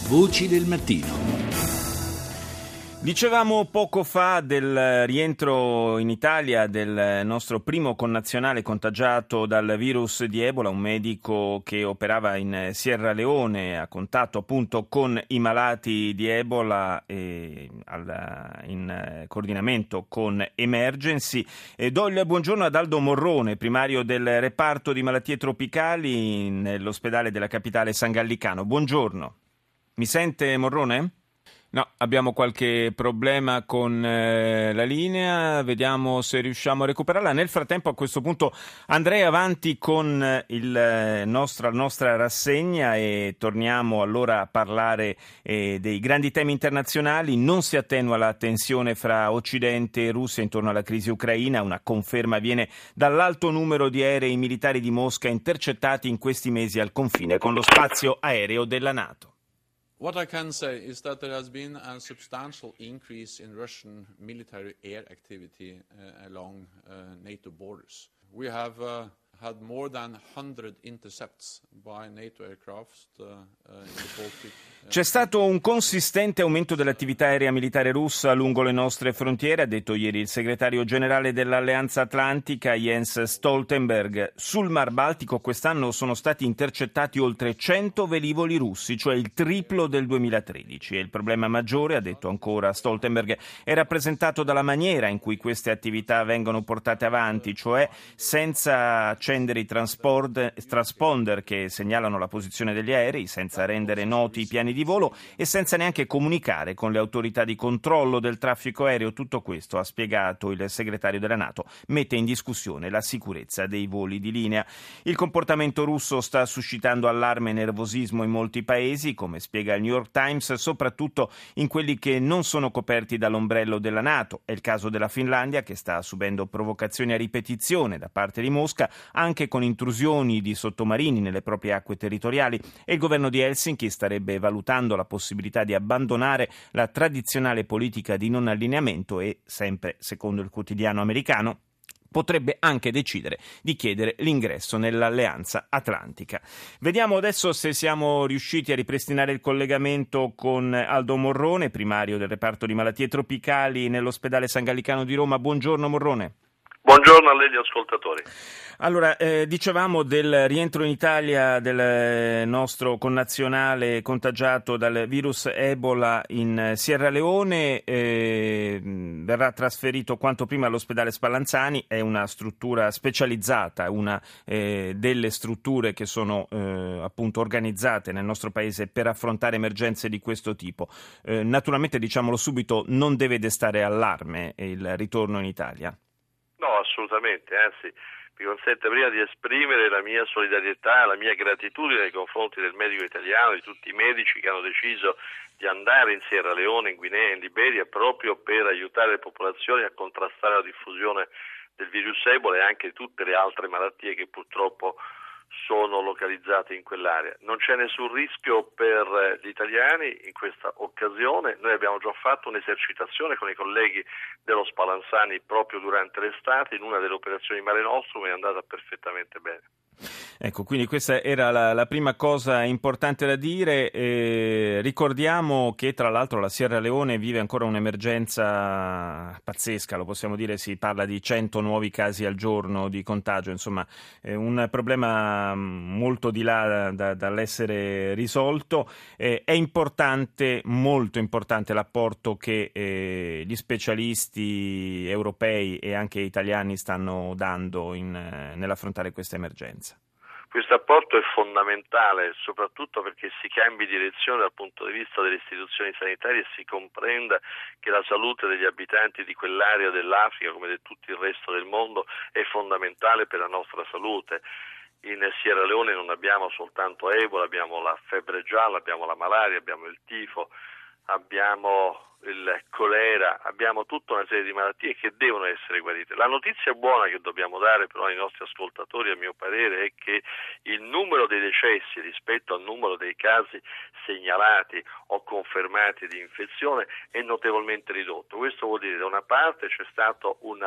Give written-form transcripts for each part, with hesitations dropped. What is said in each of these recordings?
Voci del mattino. Dicevamo poco fa del rientro in Italia del nostro primo connazionale contagiato dal virus di Ebola, un medico che operava in Sierra Leone, a contatto appunto con i malati di Ebola in coordinamento con Emergency. Do il buongiorno ad Aldo Morrone, primario del reparto di malattie tropicali nell'ospedale della capitale San Gallicano. Buongiorno. Mi sente, Morrone? No, abbiamo qualche problema con la linea, vediamo se riusciamo a recuperarla. Nel frattempo, a questo punto, andrei avanti con la nostra rassegna e torniamo allora a parlare dei grandi temi internazionali. Non si attenua la tensione fra Occidente e Russia intorno alla crisi ucraina. Una conferma viene dall'alto numero di aerei militari di Mosca intercettati in questi mesi al confine con lo spazio aereo della NATO. What I can say is that there has been a substantial increase in Russian military air activity along NATO borders. We have had more than 100 intercepts by NATO aircraft in the Baltic. C'è stato un consistente aumento dell'attività aerea militare russa lungo le nostre frontiere, ha detto ieri il segretario generale dell'Alleanza Atlantica Jens Stoltenberg. Sul Mar Baltico quest'anno sono stati intercettati oltre 100 velivoli russi, cioè il triplo del 2013. E il problema maggiore, ha detto ancora Stoltenberg, è rappresentato dalla maniera in cui queste attività vengono portate avanti, cioè senza accendere i transponder che segnalano la posizione degli aerei, senza rendere noti i piani di volo e senza neanche comunicare con le autorità di controllo del traffico aereo. Tutto questo, ha spiegato il segretario della NATO, mette in discussione la sicurezza dei voli di linea. Il comportamento russo sta suscitando allarme e nervosismo in molti paesi, come spiega il New York Times, soprattutto in quelli che non sono coperti dall'ombrello della NATO. È il caso della Finlandia, che sta subendo provocazioni a ripetizione da parte di Mosca, anche con intrusioni di sottomarini nelle proprie acque territoriali, e il governo di Helsinki starebbe valutando la possibilità di abbandonare la tradizionale politica di non allineamento e, sempre secondo il quotidiano americano, potrebbe anche decidere di chiedere l'ingresso nell'Alleanza Atlantica. Vediamo adesso se siamo riusciti a ripristinare il collegamento con Aldo Morrone, primario del reparto di malattie tropicali nell'ospedale San Gallicano di Roma. Buongiorno Morrone. Buongiorno a lei gli ascoltatori. Allora, dicevamo del rientro in Italia del nostro connazionale contagiato dal virus Ebola in Sierra Leone, verrà trasferito quanto prima all'ospedale Spallanzani. È una struttura specializzata, una delle strutture che sono appunto organizzate nel nostro paese per affrontare emergenze di questo tipo. Naturalmente, diciamolo subito, non deve destare allarme il ritorno in Italia. No, assolutamente, anzi mi consente prima di esprimere la mia solidarietà, la mia gratitudine nei confronti del medico italiano, di tutti i medici che hanno deciso di andare in Sierra Leone, in Guinea, in Liberia, proprio per aiutare le popolazioni a contrastare la diffusione del virus Ebola e anche tutte le altre malattie che purtroppo sono localizzate in quell'area. Non c'è nessun rischio per gli italiani in questa occasione. Noi abbiamo già fatto un'esercitazione con i colleghi dello Spallanzani proprio durante l'estate in una delle operazioni Mare Nostrum e è andata perfettamente bene. Ecco, quindi questa era la prima cosa importante da dire. Ricordiamo che tra l'altro la Sierra Leone vive ancora un'emergenza pazzesca, lo possiamo dire, si parla di 100 nuovi casi al giorno di contagio, insomma è un problema molto di là dall'essere risolto. È importante, molto importante l'apporto che gli specialisti europei e anche italiani stanno dando nell'affrontare questa emergenza. Questo apporto è fondamentale, soprattutto perché si cambi direzione dal punto di vista delle istituzioni sanitarie e si comprenda che la salute degli abitanti di quell'area dell'Africa, come di tutto il resto del mondo, è fondamentale per la nostra salute. In Sierra Leone non abbiamo soltanto Ebola, abbiamo la febbre gialla, abbiamo la malaria, abbiamo il tifo, abbiamo il colera, abbiamo tutta una serie di malattie che devono essere guarite. La notizia buona che dobbiamo dare però ai nostri ascoltatori, a mio parere, è che il numero dei decessi rispetto al numero dei casi segnalati o confermati di infezione è notevolmente ridotto. Questo vuol dire, da una parte c'è stato un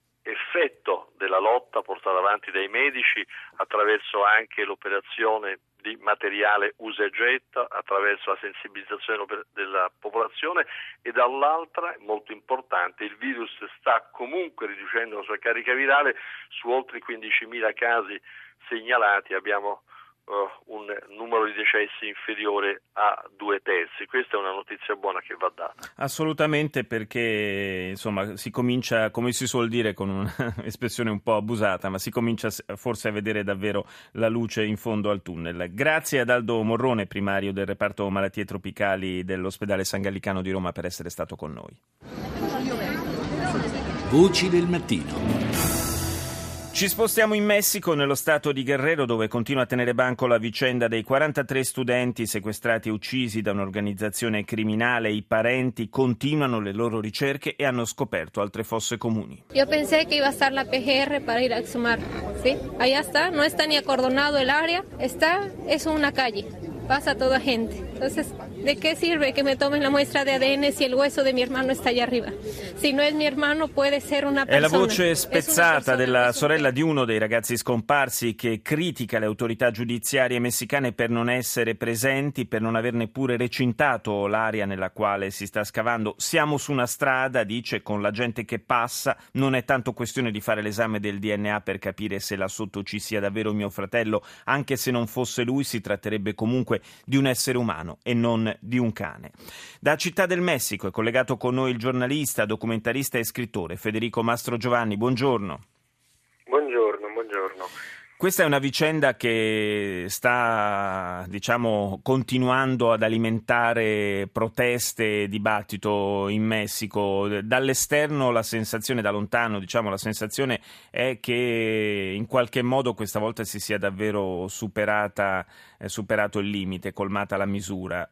effetto della lotta portata avanti dai medici attraverso anche l'operazione di materiale usa e getta attraverso la sensibilizzazione della popolazione, e dall'altra, molto importante, il virus sta comunque riducendo la sua carica virale. Su oltre 15.000 casi segnalati abbiamo un numero di decessi inferiore a 2/3. Questa è una notizia buona che va data. Assolutamente, perché insomma si comincia, come si suol dire con un'espressione un po' abusata, ma si comincia forse a vedere davvero la luce in fondo al tunnel. Grazie ad Aldo Morrone, primario del reparto malattie tropicali dell'ospedale San Gallicano di Roma, per essere stato con noi. Voci del mattino. Ci spostiamo in Messico, nello stato di Guerrero, dove continua a tenere banco la vicenda dei 43 studenti sequestrati e uccisi da un'organizzazione criminale. I parenti continuano le loro ricerche e hanno scoperto altre fosse comuni. Yo pensé que iba a estar la PGR para ir a exhumar, ¿sí? Allá está, no está ni acordonado el área, es una calle, pasa toda gente. Entonces, ¿de qué sirve que me tomen la muestra de ADN si el hueso de mi hermano está allá arriba? Si no es mi hermano, puede ser una persona. È la voce spezzata della sorella di uno dei ragazzi scomparsi, che critica le autorità giudiziarie messicane per non essere presenti, per non aver neppure recintato l'area nella quale si sta scavando. Siamo su una strada, dice, con la gente che passa, non è tanto questione di fare l'esame del DNA per capire se là sotto ci sia davvero mio fratello, anche se non fosse lui si tratterebbe comunque di un essere umano e non di un cane. Da Città del Messico è collegato con noi il giornalista, documentarista e scrittore Federico Mastrogiovanni. Buongiorno. Buongiorno. Questa è una vicenda che sta, continuando ad alimentare proteste e dibattito in Messico. Dall'esterno la sensazione, da lontano, la sensazione è che in qualche modo questa volta si sia davvero superato il limite, colmata la misura.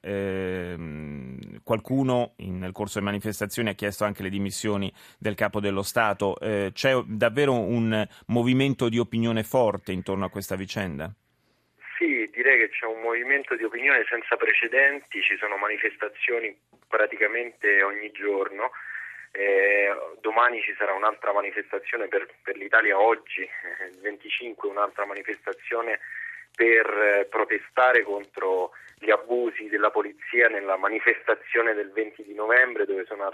Qualcuno nel corso delle manifestazioni ha chiesto anche le dimissioni del capo dello Stato. C'è davvero un movimento di opinione forte intorno a questa vicenda? Sì, direi che c'è un movimento di opinione senza precedenti, ci sono manifestazioni praticamente ogni giorno. Domani ci sarà un'altra manifestazione per l'Italia, oggi, il 25, un'altra manifestazione per protestare contro gli abusi della polizia nella manifestazione del 20 di novembre dove sono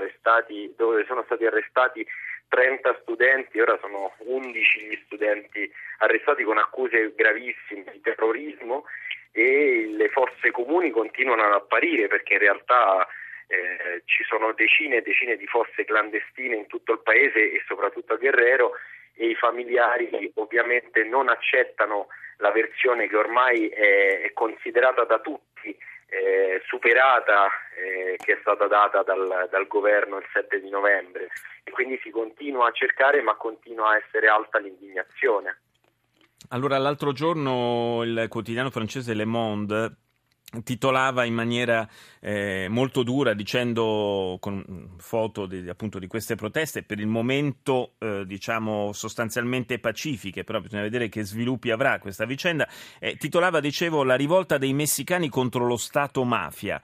stati arrestati 30 studenti. Ora sono 11 gli studenti arrestati con accuse gravissime di terrorismo, e le forze comuni continuano ad apparire, perché in realtà ci sono decine e decine di fosse clandestine in tutto il paese e soprattutto a Guerrero, e i familiari ovviamente non accettano la versione che ormai è considerata da tutti superata, che è stata data dal governo il 7 di novembre, e quindi si continua a cercare, ma continua a essere alta l'indignazione. Allora, l'altro giorno il quotidiano francese Le Monde titolava in maniera molto dura, dicendo, con foto di queste proteste, per il momento sostanzialmente pacifiche, però bisogna vedere che sviluppi avrà questa vicenda. Titolava, la rivolta dei messicani contro lo Stato mafia.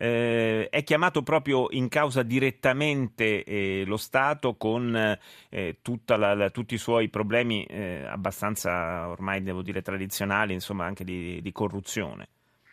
È chiamato proprio in causa direttamente lo Stato, con tutti i suoi problemi abbastanza, ormai devo dire, tradizionali, anche di corruzione.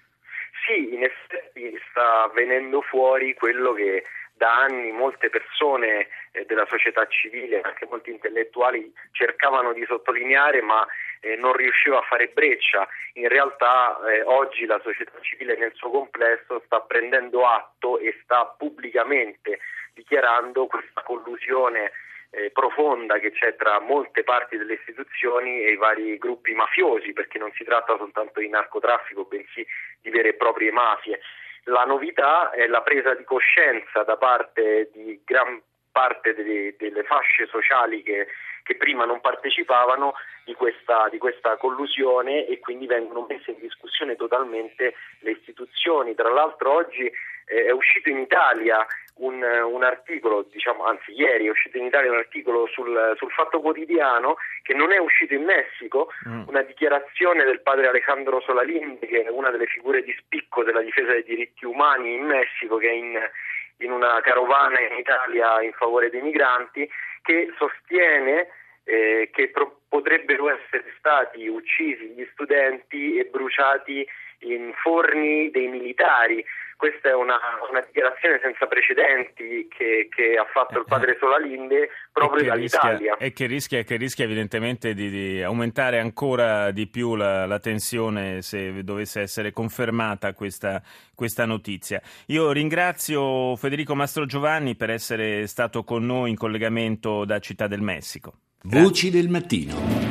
Sì, in effetti sta venendo fuori quello che da anni molte persone della società civile, anche molti intellettuali, cercavano di sottolineare, ma non riusciva a fare breccia. In realtà oggi la società civile nel suo complesso sta prendendo atto e sta pubblicamente dichiarando questa collusione profonda che c'è tra molte parti delle istituzioni e i vari gruppi mafiosi, perché non si tratta soltanto di narcotraffico, bensì di vere e proprie mafie. La novità è la presa di coscienza da parte di gran parte delle fasce sociali che prima non partecipavano di questa collusione, e quindi vengono messe in discussione totalmente le istituzioni. Tra l'altro oggi è uscito in Italia un articolo, ieri è uscito in Italia un articolo sul Fatto Quotidiano, che non è uscito in Messico, una dichiarazione del padre Alejandro Solalinde, che è una delle figure di spicco della difesa dei diritti umani in Messico, che è in una carovana in Italia in favore dei migranti, che sostiene che potrebbero essere stati uccisi gli studenti e bruciati in forni dei militari. Questa è una dichiarazione senza precedenti che ha fatto il padre Solalinde proprio dall'Italia. E che rischia evidentemente di aumentare ancora di più la tensione se dovesse essere confermata questa notizia. Io ringrazio Federico Mastrogiovanni per essere stato con noi in collegamento da Città del Messico. Voci del mattino.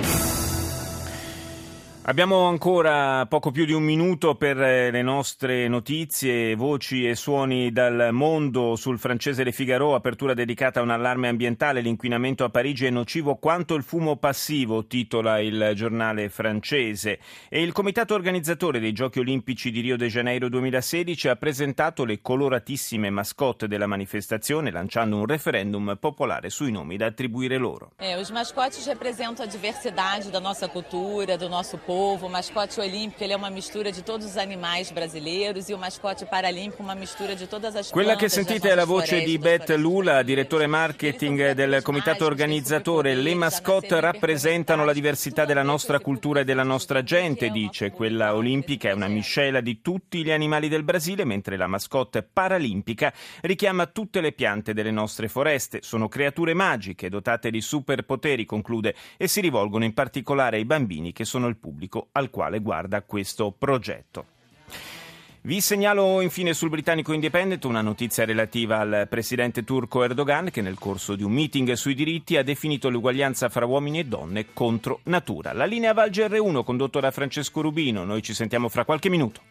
Abbiamo ancora poco più di un minuto per le nostre notizie, voci e suoni dal mondo. Sul francese Le Figaro, apertura dedicata a un allarme ambientale. L'inquinamento a Parigi è nocivo quanto il fumo passivo, titola il giornale francese. E il comitato organizzatore dei Giochi Olimpici di Rio de Janeiro 2016 ha presentato le coloratissime mascotte della manifestazione, lanciando un referendum popolare sui nomi da attribuire loro. Os mascotes representam a diversidade da nossa cultura, do nosso povo. O mascote olímpico ele é uma mistura di todos os animais brasileiros e o mascote paralimpico uma mistura di todas as plantas. Quella che sentite è la voce di Beth Lula, direttore marketing del comitato organizzatore. Le mascotte rappresentano la diversità della nostra cultura e della nostra gente, dice. Quella olimpica è una miscela di tutti gli animali del Brasile, mentre la mascotte paralimpica richiama tutte le piante delle nostre foreste. Sono creature magiche, dotate di superpoteri, conclude, e si rivolgono in particolare ai bambini che sono il pubblico al quale guarda questo progetto. Vi segnalo infine sul britannico Independent una notizia relativa al presidente turco Erdogan, che nel corso di un meeting sui diritti ha definito l'uguaglianza fra uomini e donne contro natura. La linea va al GR1 condotto da Francesco Rubino. Noi ci sentiamo fra qualche minuto.